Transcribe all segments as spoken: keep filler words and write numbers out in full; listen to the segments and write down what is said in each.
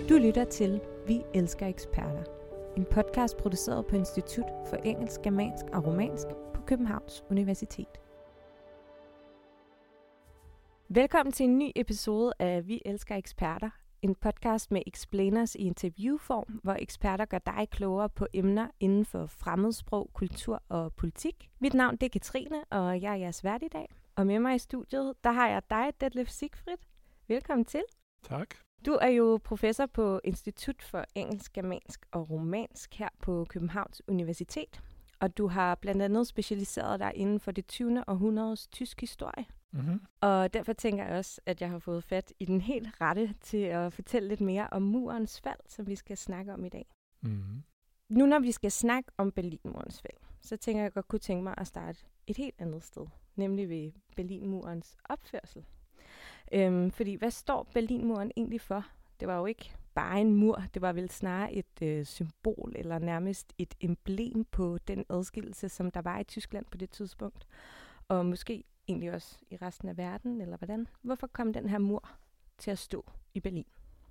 Du lytter til Vi elsker eksperter. En podcast produceret på Institut for Engelsk, Germansk og Romansk på Københavns Universitet. Velkommen til en ny episode af Vi elsker eksperter. En podcast med explainers i interviewform, hvor eksperter gør dig klogere på emner inden for fremmedsprog, kultur og politik. Mit navn det er Katrine, og jeg er jeres vært i dag. Og med mig i studiet, der har jeg dig, Detlef Siegfried. Velkommen til. Tak. Du er jo professor på Institut for Engelsk, Germansk og Romansk her på Københavns Universitet. Og du har blandt andet specialiseret dig inden for det tyvende århundredes tysk historie. Mm-hmm. Og derfor tænker jeg også, at jeg har fået fat i den helt rette til at fortælle lidt mere om murens fald, som vi skal snakke om i dag. Mm-hmm. Nu når vi skal snakke om Berlinmurens fald, så tænker jeg, at jeg godt kunne tænke mig at starte et helt andet sted, nemlig ved Berlinmurens opførsel. Øhm, fordi hvad står Berlinmuren egentlig for? Det var jo ikke bare en mur, det var vel snarere et øh, symbol eller nærmest et emblem på den adskillelse, som der var i Tyskland på det tidspunkt. Og måske egentlig også i resten af verden, eller hvordan? Hvorfor kom den her mur til at stå i Berlin?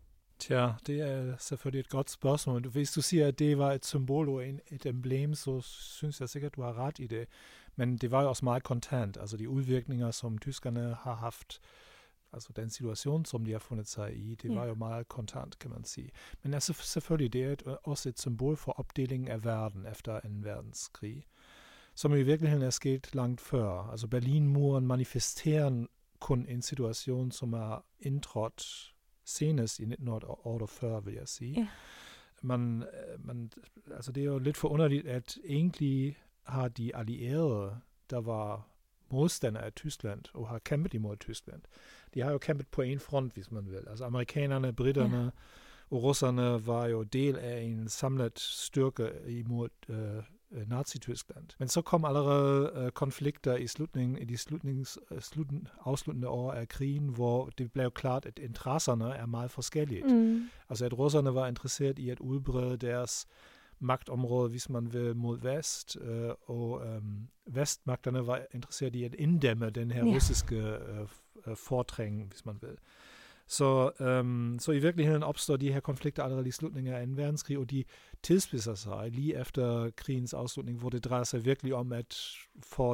Tja, det er selvfølgelig et godt spørgsmål. Hvis du siger, at det var et symbol og et emblem, så synes jeg sikkert, du har ret i det. Men det var jo også meget kontant. Altså de udvirkninger, som tyskerne har haft, altså den situation, som de har fundet sig i, det ja. var jo meget kontant, kan man sige. Men altså, selvfølgelig, det er et, også et symbol for opdelingen af verden efter anden verdenskrig, som i virkeligheden er sket langt før. Altså Berlinmuren manifesterer kun en situation, som er indtrådt senest i nitten otteogfyrre, vil jeg sige. Ja. Man, man, altså det er jo lidt forunderligt, at egentlig har de allierede, der var modstandere af Tyskland og har kæmpet imod Tyskland, de har jo kæmpet på en front, hvis man vil. Altså amerikanerne, britterne ja. og russerne var jo del af en samlet styrke imod øh, Nazi-Tyskland. Men så kom allerede øh, konflikter i slutningen, i de slutnings, øh, slutten, afsluttende år af krigen, hvor det blev klart, at interesserne er meget forskellige. Mm. Altså at russerne var interesseret i at udbrede deres magtområde, hvis man vil, mod vest, øh, og øh, vestmagterne var interesseret i at inddæmme den her ja. russiske øh, fortræng, hvis man vil. Så, øhm, så i virkeligheden opstår de her konflikter allerede i slutningen af anden verdenskrig, og de tilspidser sig lige efter krigens afslutning, hvor det drejer sig virkelig om at få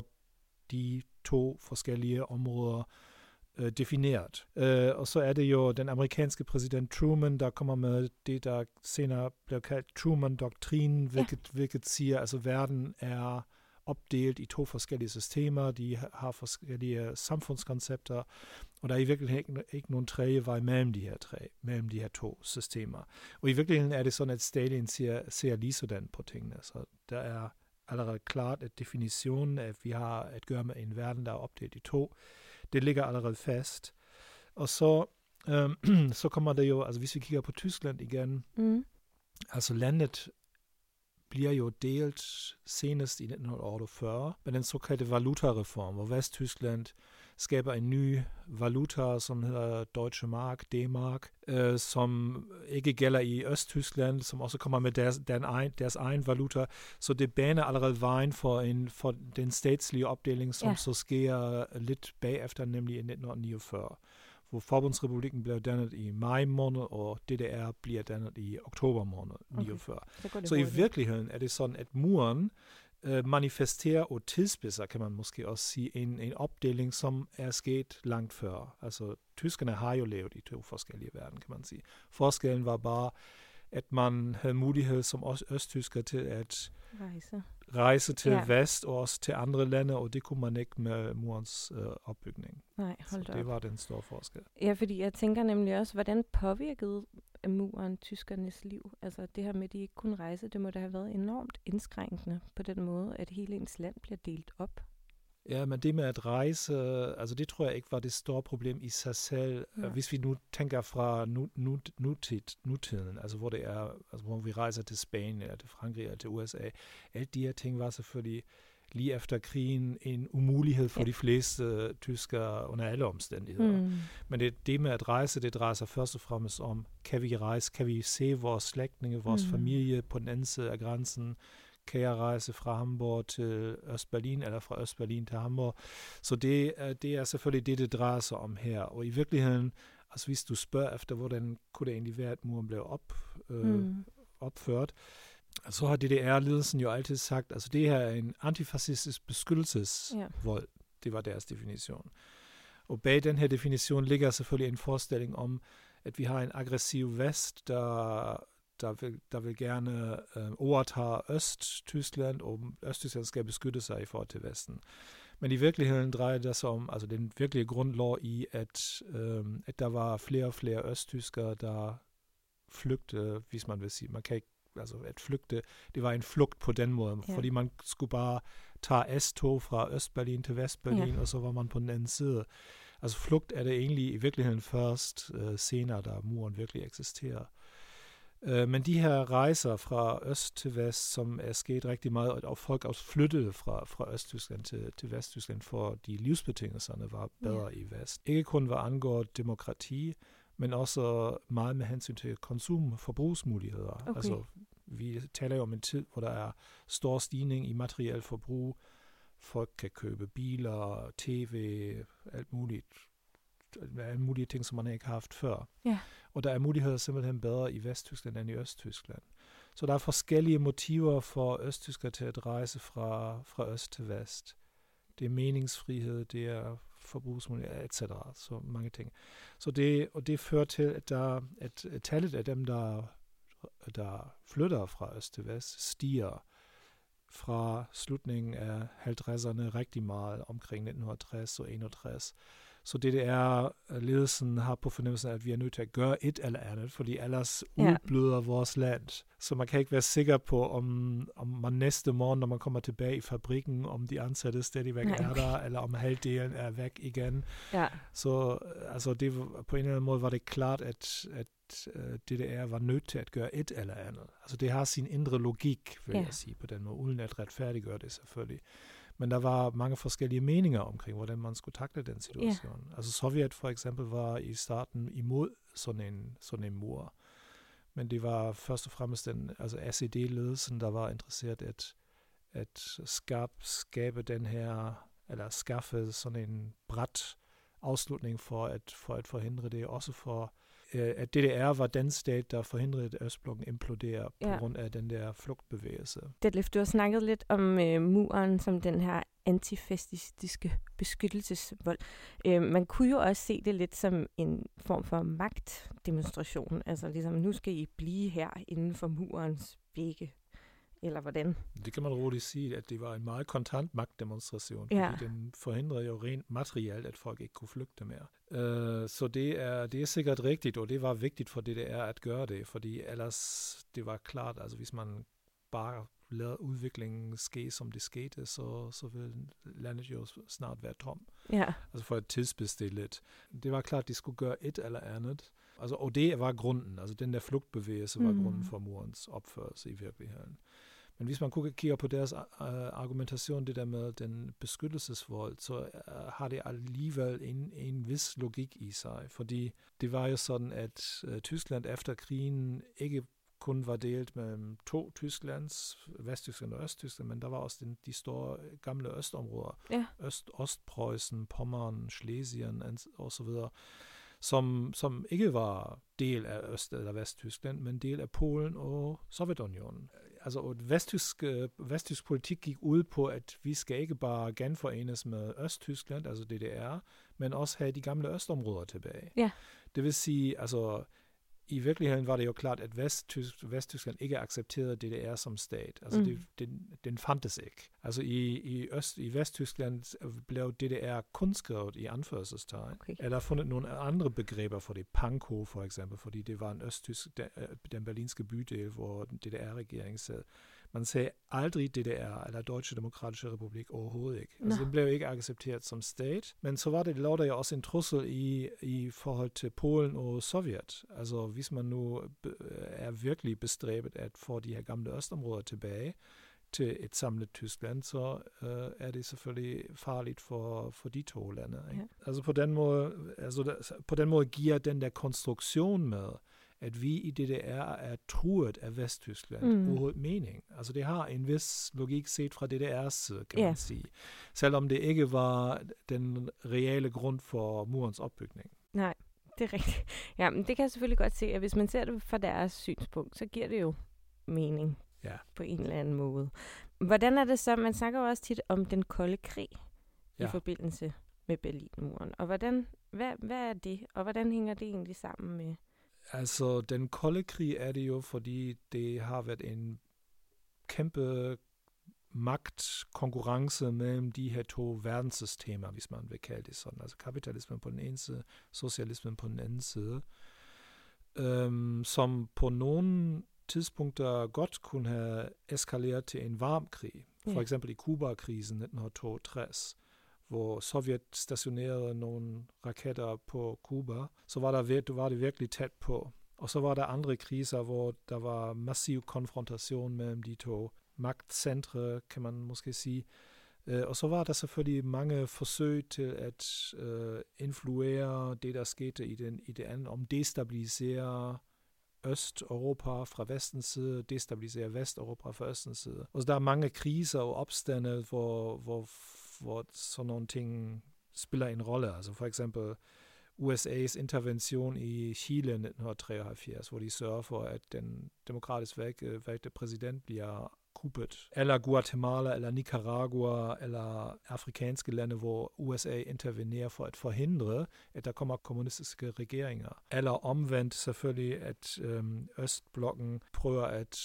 de to forskellige områder øh, defineret. Øh, og så er det jo den amerikanske præsident Truman, der kommer med det, der senere blev kaldt Truman-doktrinen, hvilket, ja. hvilket siger, altså verden er opdelt i to forskellige systemer, de har forskellige samfundskoncepter, og der er i virkeligheden ikke, ikke nogen tredje vej mellem de her tre, mellem de her to systemer. Og i virkeligheden er det sådan, at Stalin ser, ser lige sådan på tingene. Så der er allerede klart, at definitionen af, at vi har at gøre med en verden, der er opdelt i to, det ligger allerede fast. Og så, øhm, så kommer det jo, altså hvis vi kigger på Tyskland igen, mm. altså landet bliver jo delt senest i nitten otteogfyrre med den såkaldte valutareform, hvor Vesttyskland skaber en ny valuta, som hedder Deutsche Mark, D-Mark, øh, som ikke gælder i Østtyskland, som også kommer med deres, den egen, deres egen valuta. Så det baner allerede vejen for, en, for den statslige opdeling, som ja. så sker lidt bagefter, nemlig i nitten niogfyrre. Hvor Forbundsrepublikken blev dannet i maj måned, og D D R bliver dannet i oktober måned niogfyrre. Okay. Så, så i virkeligheden er det sådan, at muren øh, manifesterer og tilspidser, kan man måske også sige, en, en opdeling, som er sket langt før. Altså, tyskerne har jo levet i to forskellige verden, kan man sige. Forskellen var bare, at man havde mulighed som også østtysker til at rejse, rejse til ja. vest og også til andre lande, og det kunne man ikke med murens øh, opbygning. Nej, hold Så op. det var den store forskel. Ja, fordi jeg tænker nemlig også, hvordan påvirkede muren tyskernes liv? Altså det her med, at de ikke kunne rejse, det må da have været enormt indskrænkende på den måde, at hele ens land bliver delt op. Ja, men det med at rejse, altså det tror jeg ikke var det store problem i sig selv. Ja. Hvis vi nu tænker fra nu, nu, nutid, nutiden, altså hvor det er, altså hvor vi rejser til Spanien, eller til Frankrig, eller til U S A, alle de her ting var selvfølgelig lige efter krigen en umulighed for ja. de fleste tyskere under alle omstændigheder. Mm. Men det, det med at rejse, det drejer sig først og fremmest om, kan vi rejse, kan vi se vores slægtninge, vores mm. familie på den anden side af grænsen, kan jeg rejse fra Hamburg til Østberlin, eller fra Østberlin til Hamburg. Så det, det er selvfølgelig det, det drejer sig om her. Og i virkeligheden, Altså hvis du spørger efter, hvordan kunne det egentlig være, at muren blev op, øh, Mm. opført, så har D D R-ledelsen jo altid sagt, altså det her er en antifascistisk beskyttelsesvold. Ja. Det var deres definition. Og bag den her definition ligger selvfølgelig en forestilling om, at vi har en aggressiv vest, der, der, vil, der vil gerne øh, overtage Øst-Tyskland, og Øst-Tyskland skal beskytte sig i forhold til Vesten. Men i virkeligheden drejer det sig om, altså den virkelige grund lå i, at, øh, at der var flere og flere østtyskere, der flygtede, hvis man vil sige. Man kan ikke, altså at flygte, det var en flugt på den måde, ja. Fordi man skulle bare tage S-tog fra Østberlin til Vestberlin, ja. Og så var man på den anden side. Altså flugt er det egentlig i virkeligheden først øh, senere, da muren virkelig eksisterer. Øh, men de her rejser fra øst til vest, som er sket rigtig meget, og folk også flyttede fra, fra Østtyskland til, til Vesttyskland, for de livsbetingelserne var bedre ja. I vest. Ikke kun hvad angår demokrati, men også meget med hensyn til konsum- forbrugsmuligheder. Okay. Altså, vi taler jo om en tid, hvor der er stor stigning i materiel forbrug. Folk kan købe biler, tv, alt muligt. Alle mulige ting, som man ikke har haft før. Ja. Og der er muligheder simpelthen bedre i Vesttyskland end i Østtyskland. Så der er forskellige motiver for østtyskere til at rejse fra, fra øst til vest. Det er meningsfrihed, det er forbrugsmuligheder, et cetera. Så mange ting. Så det, og det fører til, at, der, at tallet af dem, der, der flytter fra øst til vest, stiger fra slutningen af halvtredserne rigtig meget, omkring nitten tres og enogtres. Så D D R-ledelsen har på fornemmelsen, at vi er nødt til at gøre et eller andet, fordi ellers ja. Udbløder vores land. Så man kan ikke være sikker på, om, om man næste morgen, når man kommer tilbage i fabrikken, om de ansatte stadigvæk Nej. Er der, eller om halvdelen er væk igen. Ja. Så altså det, på en eller anden måde var det klart, at, at D D R var nødt til at gøre et eller andet. Altså det har sin indre logik, vil ja. Jeg sige på den måde, uden at retfærdiggøre det selvfølgelig. Men der var mange forskellige meninger omkring, hvordan man skulle takle den situation. Yeah. Altså Sovjet for eksempel var i starten imod sådan en, sådan en mur. Men det var først og fremmest den, altså S E D-ledelsen, der var interesseret at, at skab, skabe den her, eller skaffe sådan en brat afslutning for at, for at forhindre det, også for at D D R var den stat, der forhindrede, at Østblokken imploderer på ja. Grund af den der flugtbevægelse. Detlef, du har snakket lidt om øh, muren som den her antifascistiske beskyttelsesvold. Øh, man kunne jo også se det lidt som en form for magtdemonstration. Altså ligesom, nu skal I blive her inden for murens vægge. Eller hvordan? Det kan man roligt sige, at det var en meget kontant magtdemonstration, ja. Fordi den forhindrede jo rent materielt, at folk ikke kunne flygte mere. Uh, så det er, det er sikkert rigtigt, og det var vigtigt for D D R at gøre det, fordi ellers det var klart, altså hvis man bare lader udviklingen ske, som det skete, så, så vil landet jo snart være tom. Ja. Altså for at tidsbestille det. Det var klart, at de skulle gøre et eller andet. Altså, og det var grunden, altså den der flugtbevægelse var mm. grunden for murens opførelse i virkeligheden. Men hvis man kigger på deres uh, argumentation, det der med den beskyttelsesvold, så uh, har det alligevel en, en vis logik i sig. Fordi det var jo sådan, at uh, Tyskland efter krigen ikke kun var delt mellem to Tysklands, Vesttyskland og Østtyskland, men der var også den, de store gamle østområder. Ja. Øst, Ostpreussen, Pommern, Schlesien og så videre. Som, som ikke var del af Øst- eller Vesttyskland, men del af Polen og Sovjetunionen. Altså, og vesttysk, vesttysk politik gik ud på, at vi skal ikke bare genforenes med Østtyskland, altså D D R, men også have de gamle østområder tilbage. Ja. Det vil sige, altså, i virkeligheden var det jo klart, at Vesttysk, Vesttyskland ikke accepterede D D R som stat. Altså, mm. det, den, den fandtes ikke. Altså, i, i, Øst, i Vesttyskland blev D D R kun skrevet i anførselstegn. Okay. Eller fundet nogle andre begreber for det. Pankow, for eksempel, fordi det var en østtysk, den berlinske bydel, hvor D D R-regeringen sad. Man sagde aldrig D D R, eller Deutsche Demokratische Republik, overhovedet ikke. Altså, den blev ikke accepteret som stat. Men så var det, lå der jo også en trussel i, i forhold til Polen og Sovjet. Altså, hvis man nu er virkelig bestræbet at få de her gamle østområder tilbage til et samlet Tyskland, så øh, er det selvfølgelig farligt for, for de to lande. Ikke? Ja. Altså, på den måde, altså der, på den måde giver den der konstruktion med, at vi i D D R er truet af Vesttyskland, mm. overhovedet mening. Altså det har en vis logik set fra D D R's side, kan yeah. man sige. Selvom det ikke var den reelle grund for murens opbygning. Nej, Det er rigtigt. Ja, men det kan jeg selvfølgelig godt se, at hvis man ser det fra deres synspunkt, så giver det jo mening ja. på en eller anden måde. Hvordan er det så? Man snakker jo også tit om den kolde krig ja. i forbindelse med Berlinmuren. Og hvordan, hvad, hvad er det, og hvordan hænger det egentlig sammen med? Altså, den kolde krig er det jo, fordi det har været en kæmpe magtkonkurrence mellem de her to verdenssystemer, hvis man vil kalde det sådan. Altså kapitalismen på den ene side, socialismen på den anden side, øhm, som på nogle tidspunkter godt kunne have eskaleret til en varm krig. For ja. eksempel i Kuba-krisen nitten toogtres, hvor Sovjet stationerede nogle raketter på Kuba, så var, der, var det virkelig tæt på. Og så var der andre kriser, hvor der var massiv konfrontation mellem de to magtcentre, kan man måske sige. Uh, og så var der selvfølgelig mange forsøg til at uh, influere det, der skete i, den, i det andet, om destabilisere Østeuropa fra vestens side, destabilisere Vesteuropa fra østens side. Og så der er mange kriser og opstande, hvor, hvor, hvor sådan nogle ting spiller en rolle. Altså for eksempel U S A's intervention i Chile nitten treoghalvfjerds, hvor de sørger for, at den demokratisk valgte præsident bliver kuppet. Eller Guatemala, eller Nicaragua, eller afrikanske lande, hvor U S A intervenerer for at forhindre, at der kommer kommunistiske regeringer. Eller omvendt selvfølgelig, at øhm, Østblokken prøver at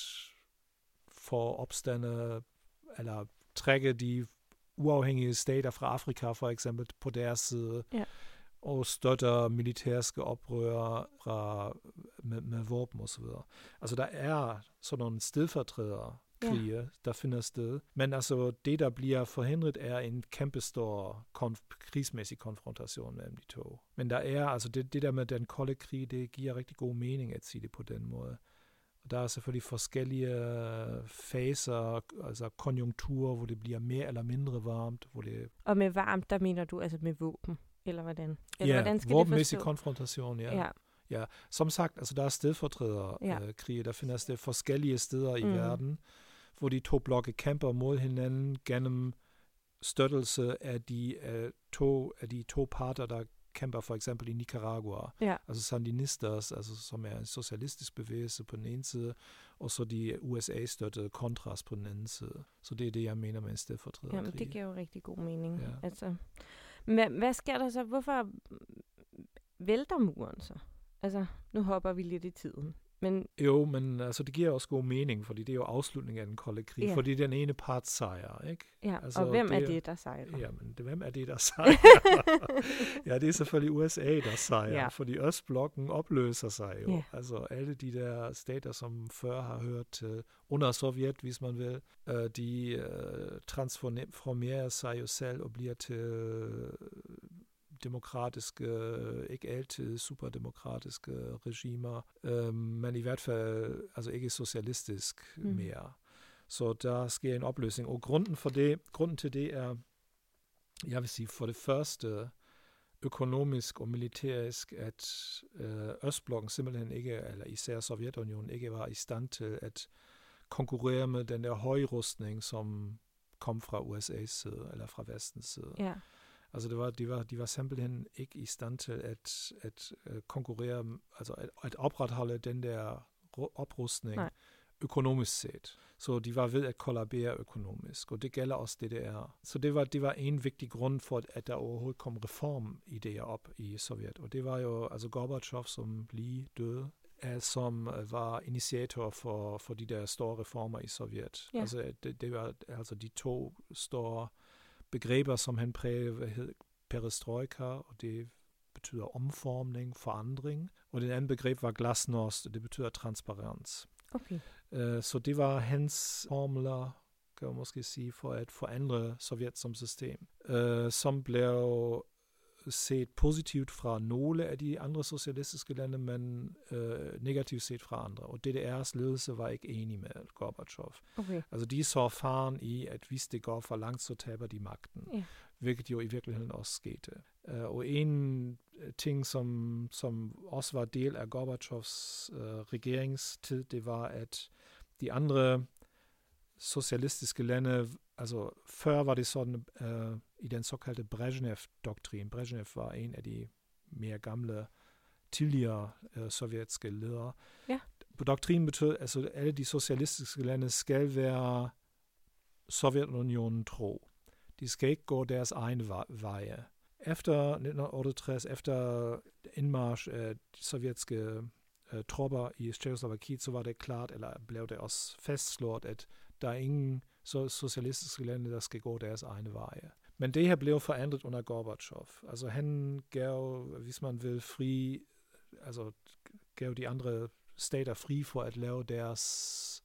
få opstande, eller trække de uafhængige stater fra Afrika for eksempel på deres side. Ja. Og støtter militærske oprør fra, med, med våben osv. Altså der er sådan nogle stedfortrædere krige, ja. der finder sted. Men altså det, der bliver forhindret, er en kæmpestor konf- krigsmæssig konfrontation mellem de to. Men der er altså det, det der med den kolde krig, det giver rigtig god mening at sige det på den måde. Og der er selvfølgelig forskellige faser, altså konjunkturer, hvor det bliver mere eller mindre varmt. Hvor det og med varmt, der mener du altså med våben? Eller hvordan? Eller ja, hvordan skal våbenmæssig konfrontation, ja. ja. Ja, som sagt, altså der er stedfortræderkrige, ja. øh, der findes det forskellige steder i mm. verden, hvor de to blokke kæmper mod hinanden gennem støttelse af de, uh, to, af de to parter, der kæmper for eksempel i Nicaragua. Ja. Altså Sandinistas, altså, som er en socialistisk bevægelse på den ene side, og så de U S A-støttede Contras på den anden side. Så det er det, jeg mener med en stedfortræderkrig. Jamen, det giver jo rigtig god mening. Ja. Altså, men hvad sker der så? Hvorfor vælter muren så? Altså, nu hopper vi lidt i tiden. Men jo, men altså, det giver også god mening, fordi det er jo afslutningen af den kolde krig, ja. fordi den ene part sejrer, ikke? Ja, altså, og hvem det, er det, der sejrer? Jamen, det, hvem er det, der sejrer? Ja, det er selvfølgelig U S A, der sejrer, ja. fordi Østblokken opløser sig jo. Ja. Altså, alle de der stater, som før har hørt til under Sovjet, hvis man vil, øh, de øh, transformerer sig jo selv og bliver til øh, demokratiske, ikke altid superdemokratiske regimer, øh, men i hvert fald altså ikke socialistisk mm. mere. Så der sker en opløsning. Og grunden for det, grunden til det er, jeg vil sige, for det første økonomisk og militærisk, at øh, Østblokken simpelthen ikke, eller især Sovjetunionen, ikke var i stand til at konkurrere med den der højrustning, som kom fra U S A's side, eller fra Vestens side. Ja. Altså det var, de, var, de var simpelthen ikke i stand til at, at uh, konkurrere, altså at, at opretholde den der oprustning Nej. økonomisk set. Så de var ved at kollabere økonomisk, og det gælder også D D R. Så det var, det var en vigtig grund for, at der overhovedet kom reformidéer op i Sovjet. Og det var jo altså Gorbachev, som lige døde, som var initiator for, for de der store reformer i Sovjet. Ja. Altså det, det var altså de to store begreber, som han prægede, hvad hed perestrojka, og det betyder omformning, forandring. Og det andet begreb var glasnost, og det betyder transparens. Okay. Uh, så det var hans formler, kan man måske sige, for at forandre Sovjet som system, uh, som blev set positivt fra nogle af de andre socialistiske lande, men øh, negativt set fra andre. Og D D R's ledelse var ikke enig med Gorbachev. Okay. Altså de så faren i, at hvis det går for langt, så taber de magten. Yeah. Hvilket jo i virkeligheden også skete. Uh, og en ting, som, som også var del af Gorbachevs uh, regeringstid, det var, at de andre socialistiske lande, altså før var det sådan uh, i den såkaldte Brezhnev-doktrin. Brezhnev var en af de mere gamle tidligere øh, sovjetiske ledere. Ja. Doktrinen betød, altså alle de socialistiske lande skal være Sovjetunionen tro. De skal ikke gå deres egne veje. Efter nitten otteogtres, efter indmarsch af de sovjetiske uh, tropper i Tjekkoslovakiet, så var det klart, eller blev det også fastslået, at der er ingen so- socialistiske lande, der skal gå deres egne veje. Men det her blev forandret under Gorbachev. Altså han gav, hvis man vil, fri, altså gav de andre stater fri for at lave deres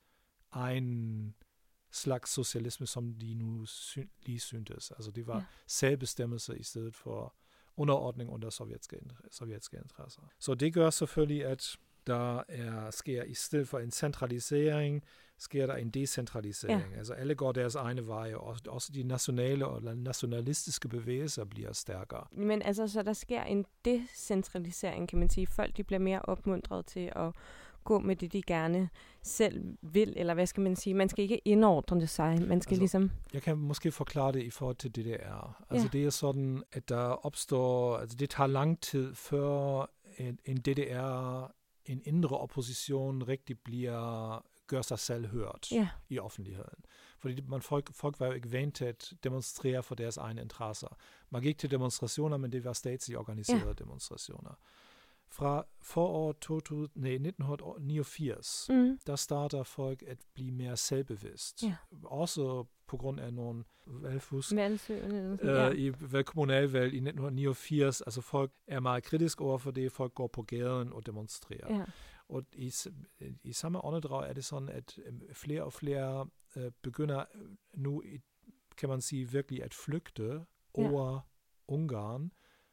egen slags socialisme, som de nu sy- lige syntes. Altså det var ja. selvbestemmelse i stedet for underordning under sovjetiske, sovjetiske interesser. Så det gør selvfølgelig, at der er, sker i stedet for en centralisering, sker der en decentralisering. Ja. Altså alle går deres egne veje, og også de nationale og nationalistiske bevægelser bliver stærkere. Men altså, så der sker en decentralisering, kan man sige. Folk de bliver mere opmuntret til at gå med det, de gerne selv vil, eller hvad skal man sige? Man skal ikke indordne sig, man skal altså, ligesom... Jeg kan måske forklare det i forhold til D D R. Altså ja. Det er sådan, at der opstår... Altså det tager lang tid, før en, en D D R, en indre opposition, rigtig bliver... gør sig selv hørt ja. i offentligheden. Fordi man, folk, folk var jo ikke vant til at demonstrere for deres egne interesser. Man gik til demonstrationer, men det var statsligt organiserede ja. demonstrationer. Fra foråret to tusind, nej, nitten niogfirs, mm. der starter folk at blive mere selvbevidst. Ja. Også på grund af nogle valgfusk øh, ja. i kommunalvalg i nitten niogfirs. Altså folk er meget kritisk over for det, folk går på gaden og demonstrerer. Ja. Og i, i samme åndedrag er det sådan, at flere og flere øh, begynder nu, kan man sige, virkelig at flygte over ja. Ungarn,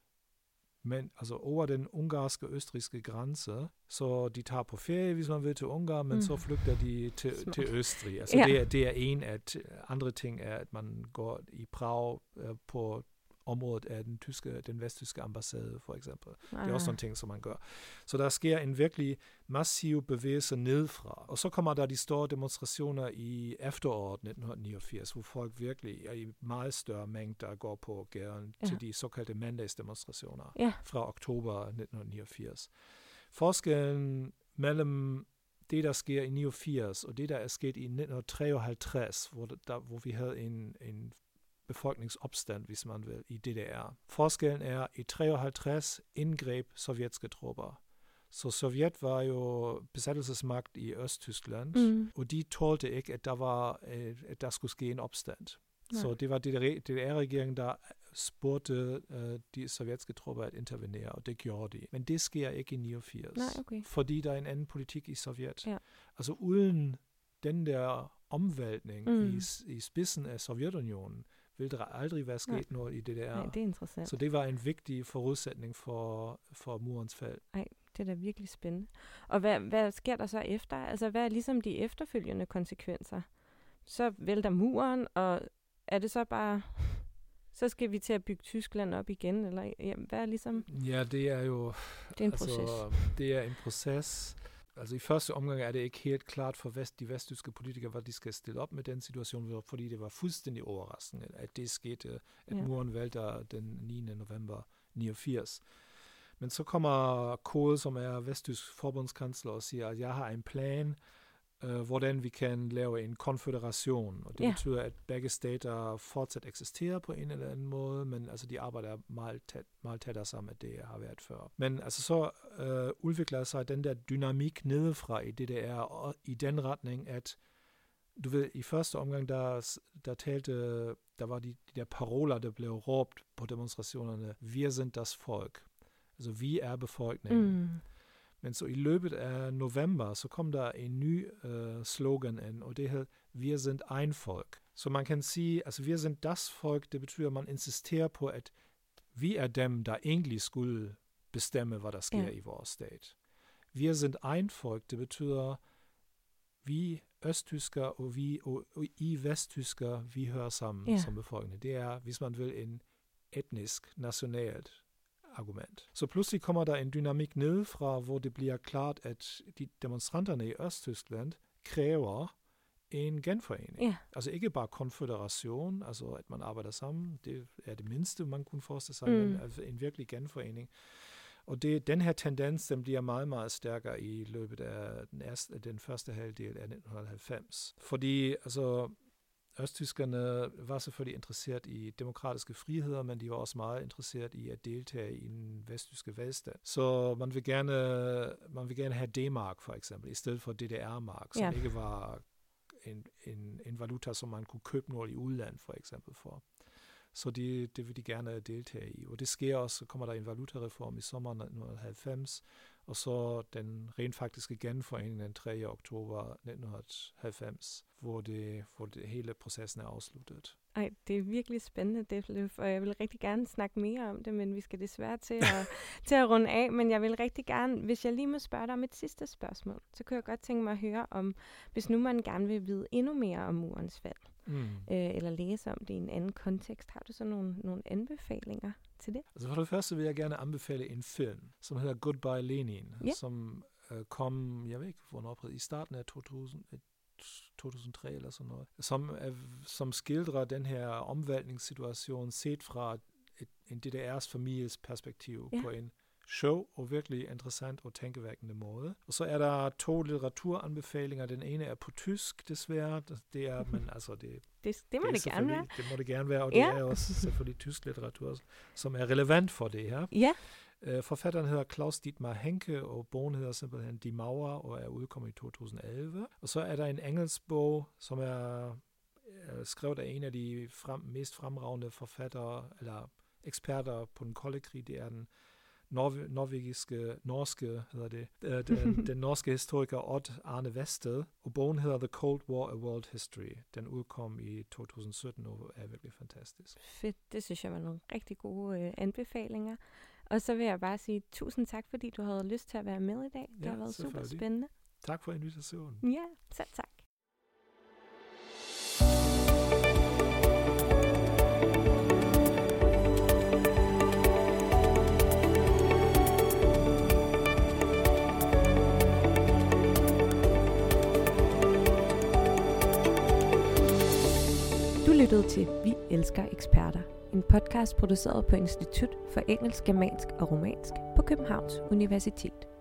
men altså over den ungarske-østrigske grænse, så de tager på ferie, hvis man vil, til Ungarn, men mm. så flygter de til, til Østrig. Altså ja. det, er, det er en af andre ting, er, at man går i Prag øh, på området af den tyske, den vesttyske ambassade, for eksempel. Ah. Det er også nogle ting, som man gør. Så der sker en virkelig massiv bevægelse nedefra. Og så kommer der de store demonstrationer i efteråret nitten niogfirs, hvor folk virkelig er i meget større mængder går på gaden ja. til de såkaldte mandagsdemonstrationer ja. fra oktober nitten niogfirs. Forskellen mellem det, der sker i niogfirs, og det, der er sket i nitten treoghalvtreds, hvor, der, hvor vi havde en, en befolkningsopstand, hvis man vil, i D D R. Forskellen er, i treoghalvtreds indgreb sovjetiske tropper. Så Sovjet var jo besættelsesmagt i Østtyskland, mm. og de tålte ikke, at der var, at der skulle ske en opstand. Nej. Så det var D D R-regeringen, der spurgte uh, de sovjetiske tropper at intervenere, og det gjorde de. Men det sker ikke i niogfirs, Nej, okay. fordi der er en anden politik i Sovjet. Ja. Altså uden den der omvæltning mm. i, i spidsen af Sovjetunionen, vil der aldrig være sket Nej. noget i D D R. Nej, det er interessant. Så det var en vigtig forudsætning for, for murens fald. Nej, det er da virkelig spændende. Og hvad, hvad sker der så efter? Altså, hvad er ligesom de efterfølgende konsekvenser? Så vælter muren, og er det så bare... Så skal vi til at bygge Tyskland op igen, eller ja, hvad er ligesom... Ja, det er jo... Det er en altså, proces. Det er en proces... Altså i første omgang er det ikke helt klart for vest, de vesttyske politikere, hvad de skal stille op med den situation, fordi det var fuldstændig overraskende, at det skete, at ja. muren vælter den niende november niogfirs. Men så kommer Kohl, som er vesttysk forbundskansler, og siger, at jeg har en plan, øh, hvordan vi kan lave en konføderation. Og det ja. betyder, at begge stater fortsat eksisterer på en eller anden måde, men altså de arbejder meget, tæt, meget tættere sammen, end det har været før. Men altså så øh, udvikler sig den der dynamik nedefra i D D R, og i den retning, at du ved, i første omgang, der, der talte, der var de, de der paroler, der blev råbt på demonstrationerne, wir sind das Volk. Altså, vi er befolkningen. Mm. Men så i løbet af november, så kom der en ny uh, slogan ind, og det hed, wir sind ein Volk. Så man kan sige, altså, wir sind das Volk, det betyder, at man insisterer på, at vi er dem, der egentlig skulle bestemme, hvad der sker ja. i vores stat. Wir sind ein Volk, det betyder, vi østtysker og vi og, og I vesttysker, vi hører sammen ja. som befolkning. Det er, hvis man vil, en etnisk, nationalt argument. Så pludselig kommer der en dynamik nedefra, hvor det bliver klart, at de demonstranterne i Østtyskland kræver en genforening. Ja. Altså ikke bare konføderation, altså at man arbejder sammen, det er det mindste, man kunne forestille sig, mm. men altså en virkelig genforening. Og det, den her tendens, den bliver meget, meget stærkere i løbet af den, erste, den første halvdel af nitten halvfems. Fordi altså, østtyskerne var selvfølgelig interesseret i demokratiske friheder, men de var også meget interesseret i at deltage i den vesttyske velstand. Så man vil gerne, man vil gerne have D-mark for eksempel, i stedet for D D R-mark, som ja. ikke var en, en, en valuta, som man kunne købe noget i udlandet for eksempel for. Så det, det vil de gerne deltage i. Og det sker også, så kommer der en valutareform i sommeren nitten halvfems, og så den rent faktiske genforening den tredje oktober nitten halvfems, hvor det, hvor det hele processen er afsluttet. Ej, det er virkelig spændende, Detlef, og jeg vil rigtig gerne snakke mere om det, men vi skal desværre til at, til at runde af. Men jeg vil rigtig gerne, hvis jeg lige må spørge dig om et sidste spørgsmål, så kunne jeg godt tænke mig at høre om, hvis nu man gerne vil vide endnu mere om murens fald, mm. øh, eller læse om det i en anden kontekst, har du så nogle, nogle anbefalinger til det? Altså for det første vil jeg gerne anbefale en film, som hedder Goodbye Lenin, yeah. som øh, kom, jeg ved ikke hvornår, i starten af to tusind, to tusind og tre eller sådan noget, som, er, som skildrer den her omvæltningssituation set fra et, en D D R's families perspektiv ja. På en show og virkelig interessant og tænkevækkende måde. Og så er der to litteraturanbefalinger. Den ene er på tysk, desværre. Det er, men altså det, det, det må det, det gerne være. Det må det gerne være, og ja. det er også selvfølgelig tysk litteratur, som er relevant for det her. Ja. Forfatteren hedder Klaus Dietmar Henke, og bogen hedder simpelthen Die Mauer, og er udkommet i to tusind og elleve. Og så er der en engelsk bog, som er skrevet af en af de frem, mest fremragende forfattere, eller eksperter på den kolde krig. Det er den norv- norvegiske, norske, hedder det, den, den norske historiker Odd Arne Vested, og bogen hedder The Cold War, A World History. Den udkom i to tusind og sytten, og er virkelig fantastisk. Fedt, det synes jeg var nogle rigtig gode øh, anbefalinger. Og så vil jeg bare sige tusind tak, fordi du havde lyst til at være med i dag. Det ja, har været super spændende. Tak for invitationen. Ja, selv tak. Du lyttede til Vi elsker eksperter. En podcast produceret på Institut for Engelsk, Germansk og Romansk på Københavns Universitet.